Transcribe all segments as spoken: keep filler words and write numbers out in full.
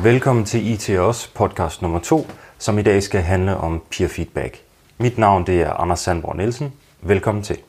Velkommen til I T Os podcast nummer to, som i dag skal handle om peer feedback. Mit navn det er Anders Sandborg Nielsen. Velkommen til.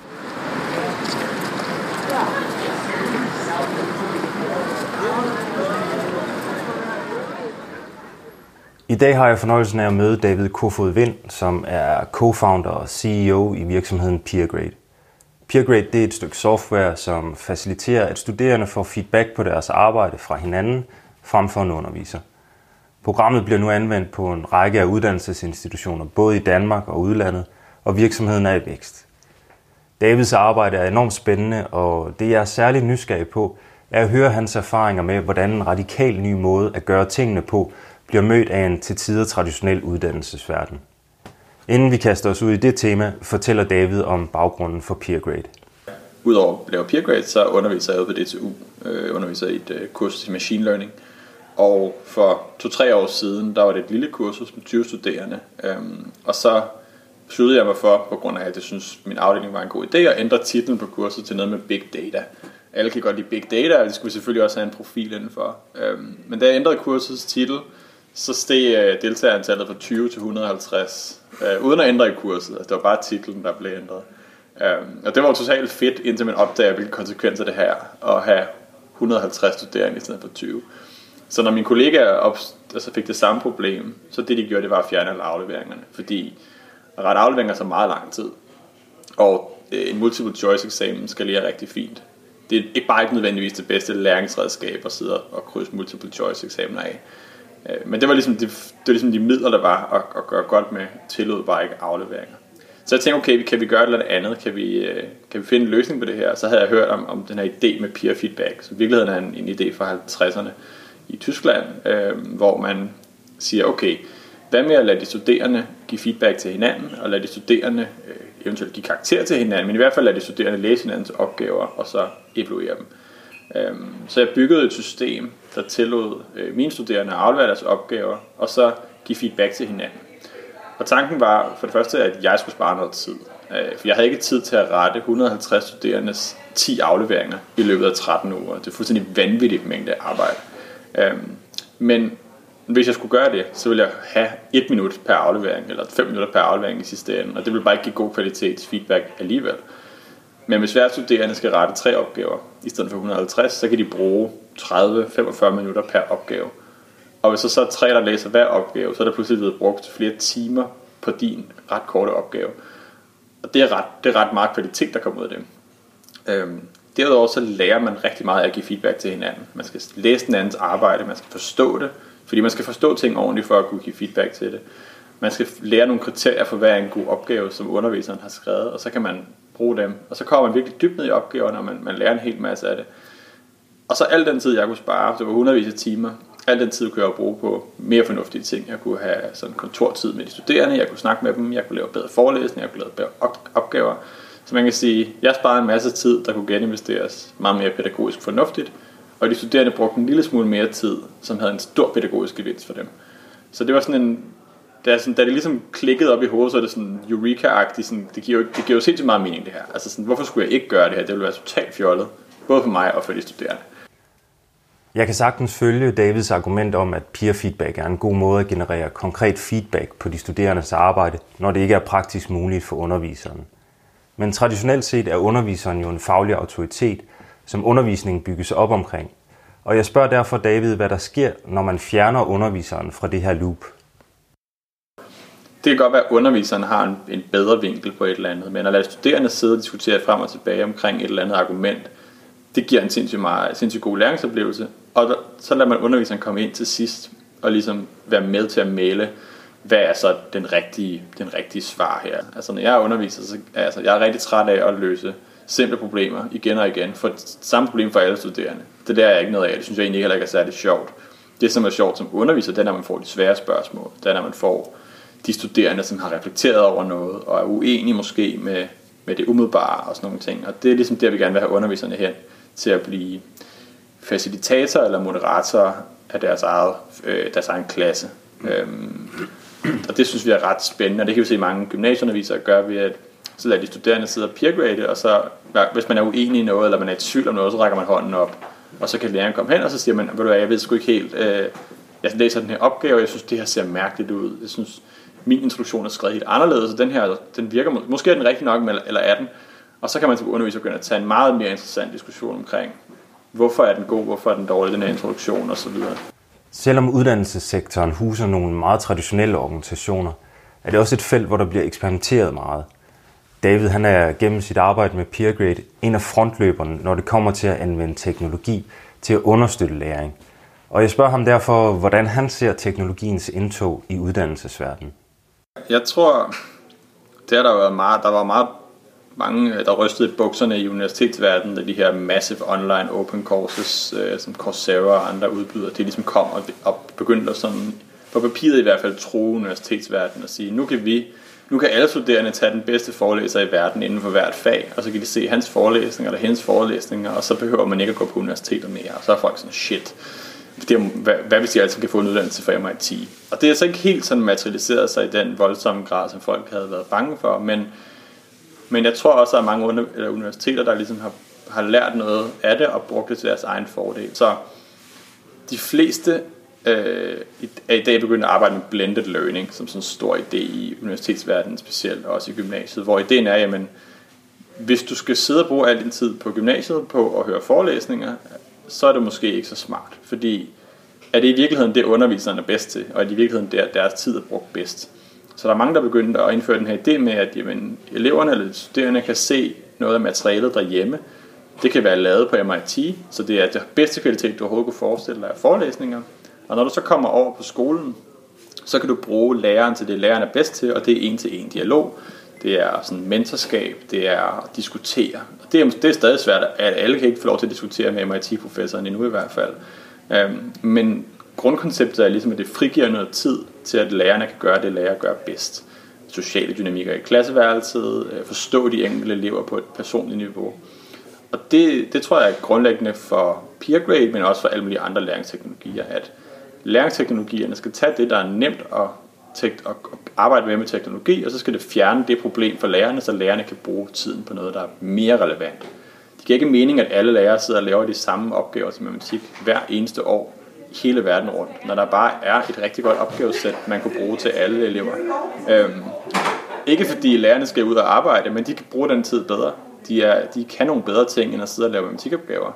I dag har jeg fornøjelsen af at møde David Kofod Vind, som er co-founder og C E O i virksomheden PeerGrade. PeerGrade det er et stykke software, som faciliterer, at studerende får feedback på deres arbejde fra hinanden, frem for en underviser. Programmet bliver nu anvendt på en række af uddannelsesinstitutioner, både i Danmark og udlandet, og virksomheden er i vækst. Davids arbejde er enormt spændende, og det jeg er særligt nysgerrig på, er at høre hans erfaringer med, hvordan en radikal ny måde at gøre tingene på, bliver mødt af en til tider traditionel uddannelsesverden. Inden vi kaster os ud i det tema, fortæller David om baggrunden for PeerGrade. Udover at lave PeerGrade, så underviser jeg på D T U, øh, underviser i et øh, kursus i machine learning. Og for to-tre år siden, der var det et lille kursus med tyve studerende. Øhm, og så besluttede jeg mig for, på grund af at jeg synes, min afdeling var en god idé, at ændre titlen på kurset til noget med Big Data. Alle kan godt lide Big Data, og det skulle vi selvfølgelig også have en profil indenfor. Øhm, men da jeg ændrede kursets titel, så steg øh, deltagerantallet fra tyve til et hundrede og halvtreds, øh, uden at ændre i kurset. Altså, det var bare titlen, der blev ændret. Øhm, og det var jo totalt fedt, indtil man opdager, hvilke konsekvenser det her at have et hundrede og halvtreds studerende i stedet for tyve. Så når mine kollegaer op, altså fik det samme problem, så det de gjorde, det var at fjerne alle afleveringerne. Fordi at rette afleveringer så meget lang tid, og øh, en multiple choice eksamen skal lige rigtig fint. Det er ikke bare ikke nødvendigvis det bedste læringsredskab at sidde og krydse multiple choice eksamener af. Øh, men det var, ligesom de, det var ligesom de midler, der var at, at gøre godt med, tillod bare ikke afleveringer. Så jeg tænkte, okay, kan vi gøre et eller andet? Kan vi, kan vi finde en løsning på det her? Så havde jeg hørt om, om den her idé med peer feedback, som i virkeligheden er en, en idé fra halvtredserne i Tyskland, øh, hvor man siger, okay, hvad med at lade de studerende give feedback til hinanden, og lade de studerende øh, eventuelt give karakter til hinanden, men i hvert fald lade de studerende læse hinandens opgaver, og så evaluere dem. Øh, så jeg byggede et system, der tillod øh, mine studerende at aflevere deres opgaver, og så give feedback til hinanden. Og tanken var for det første, at jeg skulle spare noget tid. For jeg havde ikke tid til at rette et hundrede og halvtreds studerendes ti afleveringer i løbet af tretten uger. Det er fuldstændig vanvittigt mængde arbejde. Men hvis jeg skulle gøre det, så ville jeg have et minut per aflevering, eller fem minutter per aflevering i sidste ende. Og det ville bare ikke give god kvalitetsfeedback alligevel. Men hvis hver studerende skal rette tre opgaver i stedet for et hundrede og halvtreds, så kan de bruge tredive til femogfyrre minutter per opgave. Og hvis så, så er tre, der læser hver opgave, så er der pludselig blevet brugt flere timer på din ret korte opgave. Og det er ret, det er ret meget kvalitet, der kommer ud af det. Øhm, derudover så lærer man rigtig meget af at give feedback til hinanden. Man skal læse den andens arbejde, man skal forstå det, fordi man skal forstå ting ordentligt for at kunne give feedback til det. Man skal lære nogle kriterier for hver en god opgave, som underviseren har skrevet, og så kan man bruge dem. Og så kommer man virkelig dybt ned i opgaverne, og man, man lærer en hel masse af det. Og så al den tid, jeg kunne spare, det var hundredvis af timer, al den tid kunne jeg bruge på mere fornuftige ting. Jeg kunne have sådan kontortid med de studerende, jeg kunne snakke med dem, jeg kunne lave bedre forelæsning, jeg kunne lave bedre opgaver. Så man kan sige, jeg sparede en masse tid, der kunne geninvesteres meget mere pædagogisk fornuftigt, og de studerende brugte en lille smule mere tid, som havde en stor pædagogisk gevinst for dem. Så det var sådan en, da, sådan, da det ligesom klikkede op i hovedet, så er det sådan eureka-agtigt, sådan, det giver jo, det giver jo sindssygt meget mening det her. Altså sådan, hvorfor skulle jeg ikke gøre det her? Det ville være totalt fjollet, både for mig og for de studerende. Jeg kan sagtens følge Davids argument om, at peer feedback er en god måde at generere konkret feedback på de studerendes arbejde, når det ikke er praktisk muligt for underviseren. Men traditionelt set er underviseren jo en faglig autoritet, som undervisningen bygges op omkring. Og jeg spørger derfor David, hvad der sker, når man fjerner underviseren fra det her loop. Det kan godt være, at underviseren har en, en bedre vinkel på et eller andet, men at lade studerende sidde og diskutere frem og tilbage omkring et eller andet argument, det giver en sindssygt, meget, sindssygt god læringsoplevelse. Og der, så lader man underviseren komme ind til sidst og ligesom være med til at male, hvad er så den rigtige, den rigtige svar her. Altså når jeg underviser, så altså, jeg er rigtig træt af at løse simple problemer igen og igen, for samme problem for alle studerende. Det der er jeg ikke noget af, det synes jeg egentlig heller ikke er særlig sjovt. Det som er sjovt som underviser, det er når man får de svære spørgsmål, det er når man får de studerende, som har reflekteret over noget og er uenige måske med, med det umiddelbare og sådan nogle ting. Og det er ligesom der, vi gerne vil have underviserne hen til at blive facilitator eller moderator af deres, eget, øh, deres egen klasse. Øhm, og det synes vi er ret spændende, og det kan vi se mange gymnasieundervisere gør ved at så lader de studerende sidde og peergrade, og så hvis man er uenig i noget, eller man er i tvivl om noget, så rækker man hånden op, og så kan læreren komme hen, og så siger man, ved du hvad, jeg ved sgu ikke helt, øh, jeg læser den her opgave, og jeg synes, det her ser mærkeligt ud. Jeg synes, min introduktion er skrevet helt anderledes, og den her, den virker, måske er den rigtig nok, eller er den. Og så kan man som underviser begynde at tage en meget mere interessant diskussion omkring, hvorfor er den god, hvorfor er den dårlig, den her introduktion osv. Selvom uddannelsessektoren huser nogle meget traditionelle organisationer, er det også et felt, hvor der bliver eksperimenteret meget. David han er gennem sit arbejde med PeerGrade en af frontløberne, når det kommer til at anvende teknologi til at understøtte læring. Og jeg spørger ham derfor, hvordan han ser teknologiens indtog i uddannelsesverdenen. Jeg tror, det er der været meget, der var meget mange, der rystede i bukserne i universitetsverdenen, da de her massive online open courses, som Coursera og andre udbyder, de ligesom kom og, og begyndte at sådan, på papiret i hvert fald, tro universitetsverdenen og sige, nu kan vi, nu kan alle studerende tage den bedste forelæser i verden inden for hvert fag, og så kan de se hans forelæsninger eller hendes forelæsninger, og så behøver man ikke at gå på universitetet mere, og så er folk sådan, shit, det er, hvad, hvad hvis de altid kan få en uddannelse fra M I T? Og det er så ikke helt sådan materialiseret sig i den voldsomme grad, som folk havde været bange for, men Men jeg tror også, at der er mange universiteter, der ligesom har, har lært noget af det og brugt det til deres egen fordel. Så de fleste øh, er i dag begyndt at arbejde med blended learning, som sådan en stor idé i universitetsverdenen, specielt også i gymnasiet, hvor ideen er, jamen, hvis du skal sidde og bruge al din tid på gymnasiet på at høre forelæsninger, så er det måske ikke så smart, fordi er det i virkeligheden det, underviserne er bedst til, og er det i virkeligheden der, deres tid er brugt bedst. Så der er mange, der begyndte at indføre den her idé med, at jamen, eleverne eller de studerende kan se noget af materialet derhjemme. Det kan være lavet på M I T, så det er det bedste kvalitet, du overhovedet kunne forestille dig af forelæsninger. Og når du så kommer over på skolen, så kan du bruge læreren til det, læreren er bedst til, og det er en-til-en dialog. Det er sådan mentorskab, det er at diskutere. Og det er, det er stadig svært, at alle kan ikke få lov til at diskutere med M I T-professoren endnu i hvert fald. Men grundkonceptet er ligesom, at det frigiver noget tid til, at lærerne kan gøre det, lærere gør bedst. Sociale dynamikker i klasseværelset, forstå de enkelte elever på et personligt niveau. Og det, det tror jeg er grundlæggende for PeerGrade, men også for alle mulige andre læringsteknologier, at læringsteknologierne skal tage det, der er nemt at, tek- at arbejde med med teknologi, og så skal det fjerne det problem for lærerne, så lærerne kan bruge tiden på noget, der er mere relevant. Det giver ikke mening, at alle lærere sidder og laver de samme opgaver som matematik hver eneste år, hele verden rundt, når der bare er et rigtig godt opgavesæt, man kan bruge til alle elever. Øhm, ikke fordi lærerne skal ud og arbejde, men de kan bruge den tid bedre. De, er, de kan nogle bedre ting, end at sidde og lave matematikopgaver.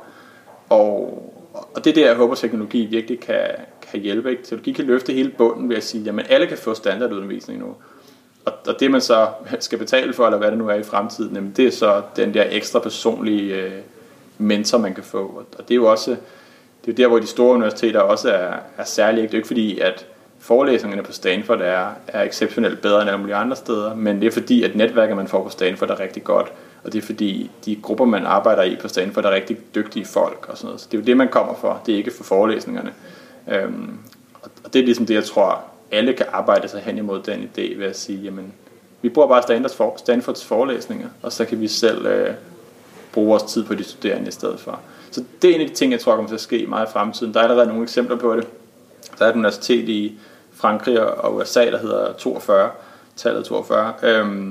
Og, og det er det, jeg håber, teknologi virkelig kan, kan hjælpe. Ikke? Teknologi kan løfte hele bunden ved at sige, at alle kan få standardundervisning nu. Og, og det, man så skal betale for, eller hvad det nu er i fremtiden, jamen, det er så den der ekstra personlige øh, mentor, man kan få. Og det er jo også det er der, hvor de store universiteter også er, er særlige. Det er ikke fordi, at forelæsningerne på Stanford er, er exceptionelt bedre end alle mulige andre steder, men det er fordi, at netværket, man får på Stanford, er rigtig godt, og det er fordi, de grupper, man arbejder i på Stanford, er rigtig dygtige folk og sådan noget. Så det er jo det, man kommer for. Det er ikke for forelæsningerne. Øhm, og det er ligesom det, jeg tror, alle kan arbejde sig hen imod den idé ved at sige, jamen, vi bruger bare Stanfords, for, Stanfords forelæsninger, og så kan vi selv øh, bruge vores tid på de studerende i stedet for. Så det er en af de ting, jeg tror kommer til at ske meget i fremtiden. Der er allerede nogle eksempler på det. Der er et universitet i Frankrig og U S A, der hedder toogfyrre, tallet toogfyrre, øhm,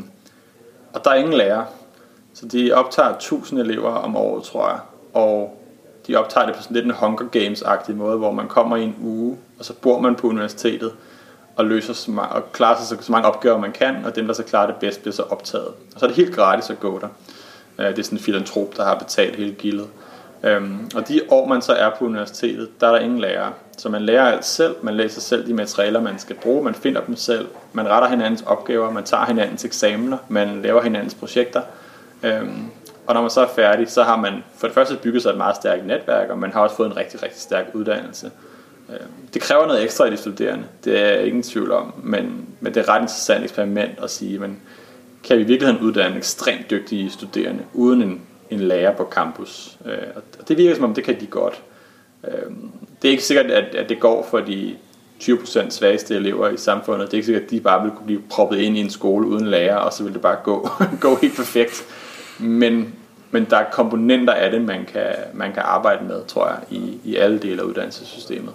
og der er ingen lærer. Så de optager tusind elever om året, tror jeg, og de optager det på sådan lidt en Hunger Games-agtig måde, hvor man kommer i en uge, og så bor man på universitetet og løser så mange, og klarer sig så mange opgaver, man kan, og dem, der så klarer det bedst, bliver så optaget. Og så er det helt gratis at gå der. Det er sådan en filantrop, der har betalt hele gildet. Øhm, og de år man så er på universitetet, der er der ingen lærer. Så man lærer alt selv, man læser selv de materialer man skal bruge, man finder dem selv, man retter hinandens opgaver, man tager hinandens eksamener, man laver hinandens projekter. øhm, Og når man så er færdig, så har man for det første bygget sig et meget stærkt netværk, og man har også fået en rigtig, rigtig stærk uddannelse. øhm, Det kræver noget ekstra i de studerende, det er ingen tvivl om, men, men det er et ret interessant eksperiment at sige, men kan vi i virkeligheden uddanne ekstremt dygtige studerende uden en en lærer på campus, og det virker som om det kan de godt. Det er ikke sikkert at det går for de tyve procent svageste elever i samfundet. Det er ikke sikkert at de bare vil kunne blive proppet ind i en skole uden lærer, og så vil det bare gå gå helt perfekt. Men men der er komponenter af det man kan man kan arbejde med, tror jeg, i i alle dele af uddannelsessystemet.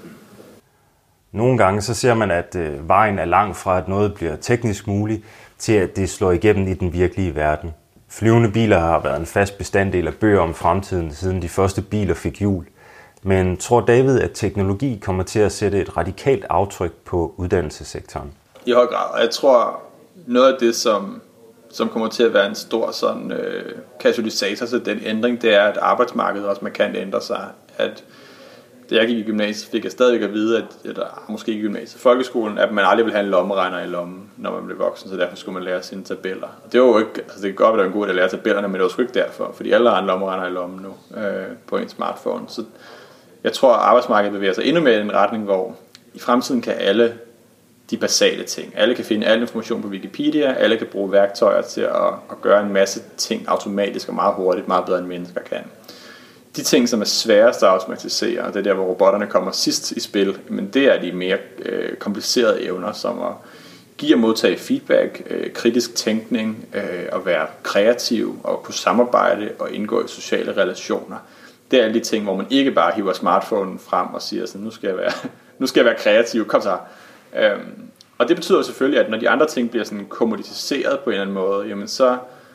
Nogle gange så ser man at øh, vejen er lang fra at noget bliver teknisk muligt til at det slår igennem i den virkelige verden. Flyvende biler har været en fast bestanddel af bøger om fremtiden, siden de første biler fik hjul. Men tror David, at teknologi kommer til at sætte et radikalt aftryk på uddannelsessektoren? I høj grad, og jeg tror, noget af det, som, som kommer til at være en stor sådan, øh, katalysator til den ændring, det er, at arbejdsmarkedet også markant ændrer sig. At da jeg gik i gymnasiet, fik jeg stadigvæk at vide, at, eller måske ikke i gymnasiet, folkeskolen, at man aldrig vil have en lommeregner i lommen, når man blev voksen, så derfor skulle man lære sine tabeller. Og det var jo ikke, altså det kan godt være, at det var en god idé at lære tabellerne, men det var sgu ikke derfor, fordi alle har en lommeregner i lommen nu øh, på en smartphone. Så jeg tror, at arbejdsmarkedet bevæger sig endnu mere i en retning, hvor i fremtiden kan alle de basale ting. Alle kan finde al information på Wikipedia, alle kan bruge værktøjer til at, at gøre en masse ting automatisk og meget hurtigt, meget bedre end mennesker kan. De ting, som er sværest at automatisere, og det er der, hvor robotterne kommer sidst i spil, men det er de mere øh, komplicerede evner, som at give og modtage feedback, øh, kritisk tænkning, øh, at være kreativ og kunne samarbejde og indgå i sociale relationer. Det er alle de ting, hvor man ikke bare hiver smartphonen frem og siger sådan, nu skal jeg være, nu skal jeg være kreativ, kom så. Øhm, og det betyder selvfølgelig, at når de andre ting bliver sådan kommoditiseret på en eller anden måde, jamen så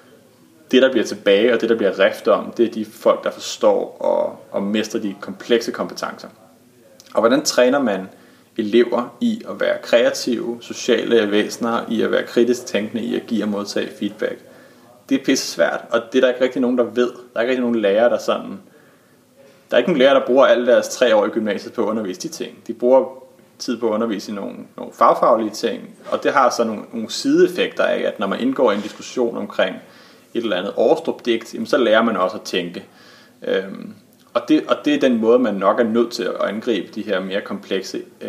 det, der bliver tilbage, og det, der bliver rift om, det er de folk, der forstår og, og mestrer de komplekse kompetencer. Og hvordan træner man elever i at være kreative, sociale væsener, i at være kritisk tænkende, i at give og modtage feedback? Det er pisse svært, og det er der ikke rigtig nogen, der ved. Der er ikke rigtig nogen lærere, der sådan... Der er ikke nogen lærere, der bruger alle deres tre år i gymnasiet på at undervise de ting. De bruger tid på at undervise i nogle, nogle fagfaglige ting, og det har så nogle, nogle sideeffekter af, at når man indgår i en diskussion omkring et eller andet Aarstrup-digt, så lærer man også at tænke. Øhm, og, det, og det er den måde, man nok er nødt til at angribe de her mere komplekse øh,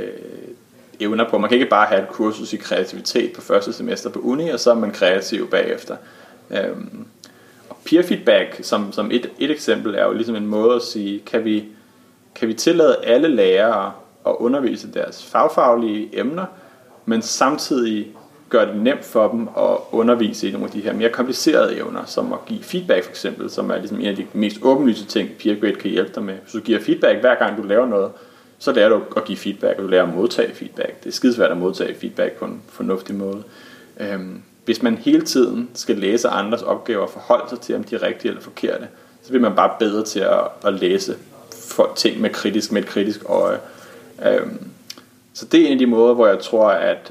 evner på. Man kan ikke bare have et kursus i kreativitet på første semester på uni, og så er man kreativ bagefter. Øhm, og peer feedback, som, som et, et eksempel, er jo ligesom en måde at sige, kan vi, kan vi tillade alle lærere at undervise deres fagfaglige emner, men samtidig gør det nemt for dem at undervise i nogle af de her mere komplicerede evner, som at give feedback for eksempel, som er ligesom en af de mest åbenlyse ting, PeerGrade kan hjælpe dig med. Hvis du giver feedback hver gang du laver noget, så lærer du at give feedback, og du lærer at modtage feedback. Det er skidesvært at modtage feedback på en fornuftig måde. Øhm, hvis man hele tiden skal læse andres opgaver og forholde sig til, om de er rigtige eller forkerte, så bliver man bare bedre til at, at læse for ting med, kritisk, med et kritisk øje. Øhm, så det er en af de måder, hvor jeg tror, at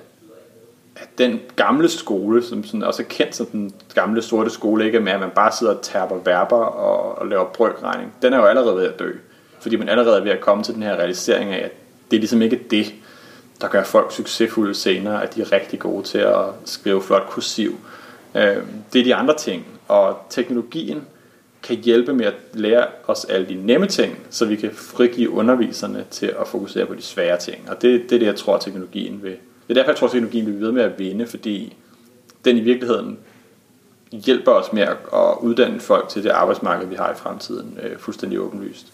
at den gamle skole, som sådan også er kendt som den gamle sorte skole, ikke er med, at man bare sidder og terper verber og, og laver brøkregning, den er jo allerede ved at dø. Fordi man allerede er ved at komme til den her realisering af, at det er ligesom ikke det, der gør folk succesfulde senere, at de er rigtig gode til at skrive flot kursiv. Det er de andre ting, og teknologien kan hjælpe med at lære os alle de nemme ting, så vi kan frigive underviserne til at fokusere på de svære ting. Og det, det er det, jeg tror, teknologien vil. Det er derfor, jeg tror, at teknologien vil blive ved med at vinde, fordi den i virkeligheden hjælper os med at uddanne folk til det arbejdsmarked, vi har i fremtiden, øh, fuldstændig åbenlyst.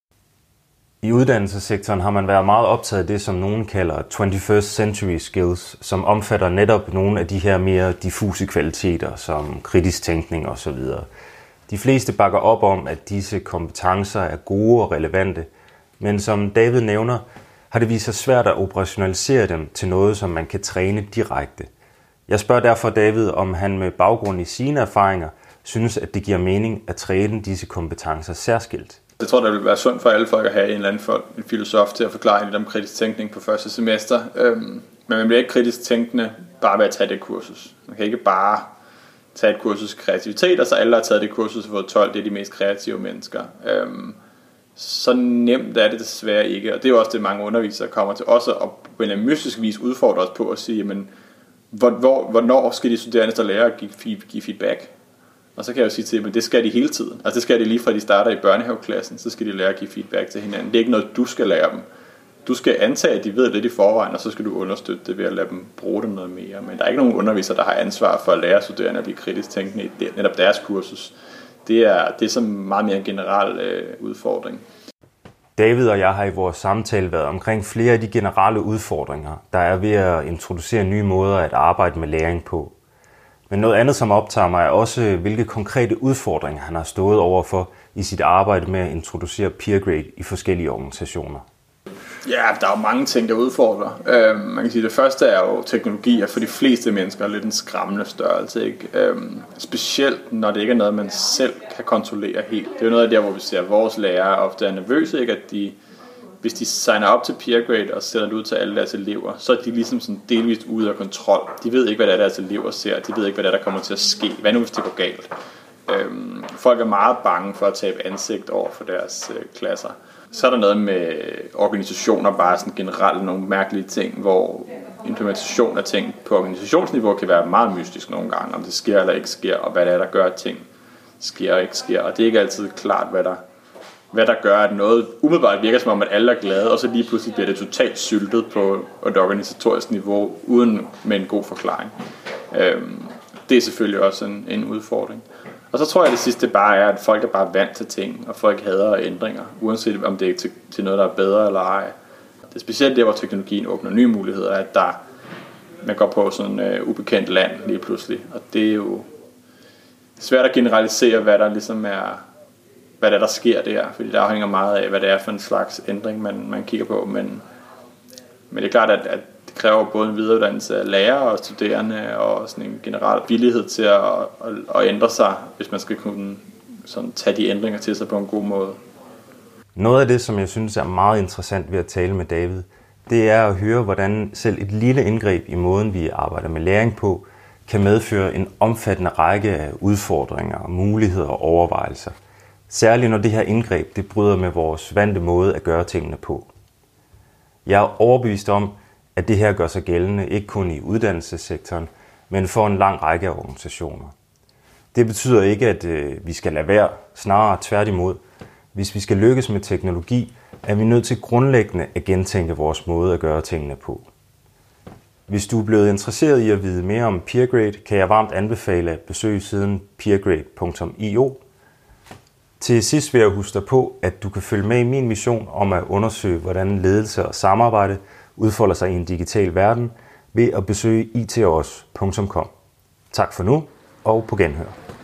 I uddannelsessektoren har man været meget optaget af det, som nogen kalder twenty-first century skills, som omfatter netop nogle af de her mere diffuse kvaliteter, som kritisk tænkning osv. De fleste bakker op om, at disse kompetencer er gode og relevante, men som David nævner, har det vist sig svært at operationalisere dem til noget, som man kan træne direkte. Jeg spørger derfor David, om han med baggrund i sine erfaringer synes, at det giver mening at træne disse kompetencer særskilt. Jeg tror, det vil være sundt for alle folk at have en eller anden folk, en filosof til at forklare lidt om kritisk tænkning på første semester. Øhm, men man bliver ikke kritisk tænkende bare ved at tage det kursus. Man kan ikke bare tage et kursus kreativitet, og så alle, der har taget det kursus og fået tolv, det er de mest kreative mennesker. Øhm, Så nemt er det desværre ikke, og det er jo også det, mange undervisere kommer til også at på en eller anden mystisk vis udfordre os på at sige, jamen, hvor, hvor, hvornår skal de studerende der lære at give, give feedback? Og så kan jeg jo sige til dem, at det skal de hele tiden. Altså det skal de lige fra de starter i børnehaveklassen, så skal de lære at give feedback til hinanden. Det er ikke noget, du skal lære dem. Du skal antage, at de ved lidt i forvejen, og så skal du understøtte det ved at lade dem bruge det noget mere. Men der er ikke nogen undervisere, der har ansvar for at lære studerende at blive kritisk tænkende i netop deres kursus. Det er, det er så meget mere en generel øh, udfordring. David og jeg har i vores samtale været omkring flere af de generelle udfordringer, der er ved at introducere nye måder at arbejde med læring på. Men noget andet, som optager mig, er også, hvilke konkrete udfordringer han har stået overfor i sit arbejde med at introducere PeerGrade i forskellige organisationer. Ja, der er jo mange ting, der udfordrer. Øh, man kan sige, det første er jo, teknologi er for de fleste mennesker lidt en skræmmende størrelse. Ikke? Øh, specielt når det ikke er noget, man selv kan kontrollere helt. Det er jo noget af det, hvor vi ser, at vores lærere ofte er nervøse, ikke? At de, hvis de signer op til PeerGrade og sender det ud til alle deres elever, så er de ligesom sådan delvist ude af kontrol. De ved ikke, hvad det er, deres elever ser. De ved ikke, hvad det er, der kommer til at ske. Hvad nu, hvis det går galt? Øh, folk er meget bange for at tabe ansigt over for deres øh, klasser. Så er der noget med organisationer, bare sådan generelt nogle mærkelige ting, hvor implementation af ting på organisationsniveau kan være meget mystisk nogle gange, om det sker eller ikke sker, og hvad det er, der gør, at ting sker og ikke sker. Og det er ikke altid klart, hvad der, hvad der gør, at noget umiddelbart virker som om, at alle er glade, og så lige pludselig bliver det totalt syltet på et organisatorisk niveau, uden med en god forklaring. Det er selvfølgelig også en, en udfordring. Og så tror jeg, at det sidste bare er, at folk er bare vant til ting, og folk hader ændringer, uanset om det er til, til noget, der er bedre eller ej. Det er specielt der, hvor teknologien åbner nye muligheder, at der, man går på sådan et uh, ubekendt land lige pludselig. Og det er jo svært at generalisere, hvad der ligesom er, hvad der, der sker der, fordi der afhænger meget af, hvad det er for en slags ændring, man, man kigger på. Men, men det er klart, at, at det kræver både en videreuddannelse af lærere og studerende, og sådan en generel villighed til at, at, at ændre sig, hvis man skal kunne sådan, tage de ændringer til sig på en god måde. Noget af det, som jeg synes er meget interessant ved at tale med David, det er at høre, hvordan selv et lille indgreb i måden, vi arbejder med læring på, kan medføre en omfattende række af udfordringer, muligheder og overvejelser. Særligt når det her indgreb det bryder med vores vante måde at gøre tingene på. Jeg er overbevist om, at det her gør sig gældende ikke kun i uddannelsessektoren, men for en lang række af organisationer. Det betyder ikke, at øh, vi skal lade være, snarere tværtimod. Hvis vi skal lykkes med teknologi, er vi nødt til grundlæggende at gentænke vores måde at gøre tingene på. Hvis du er blevet interesseret i at vide mere om PeerGrade, kan jeg varmt anbefale at besøge siden peergrade punktum i o. Til sidst vil jeg huske dig på, at du kan følge med i min mission om at undersøge, hvordan ledelse og samarbejde udfolder sig i en digital verden ved at besøge i t os punktum com. Tak for nu, og på genhør.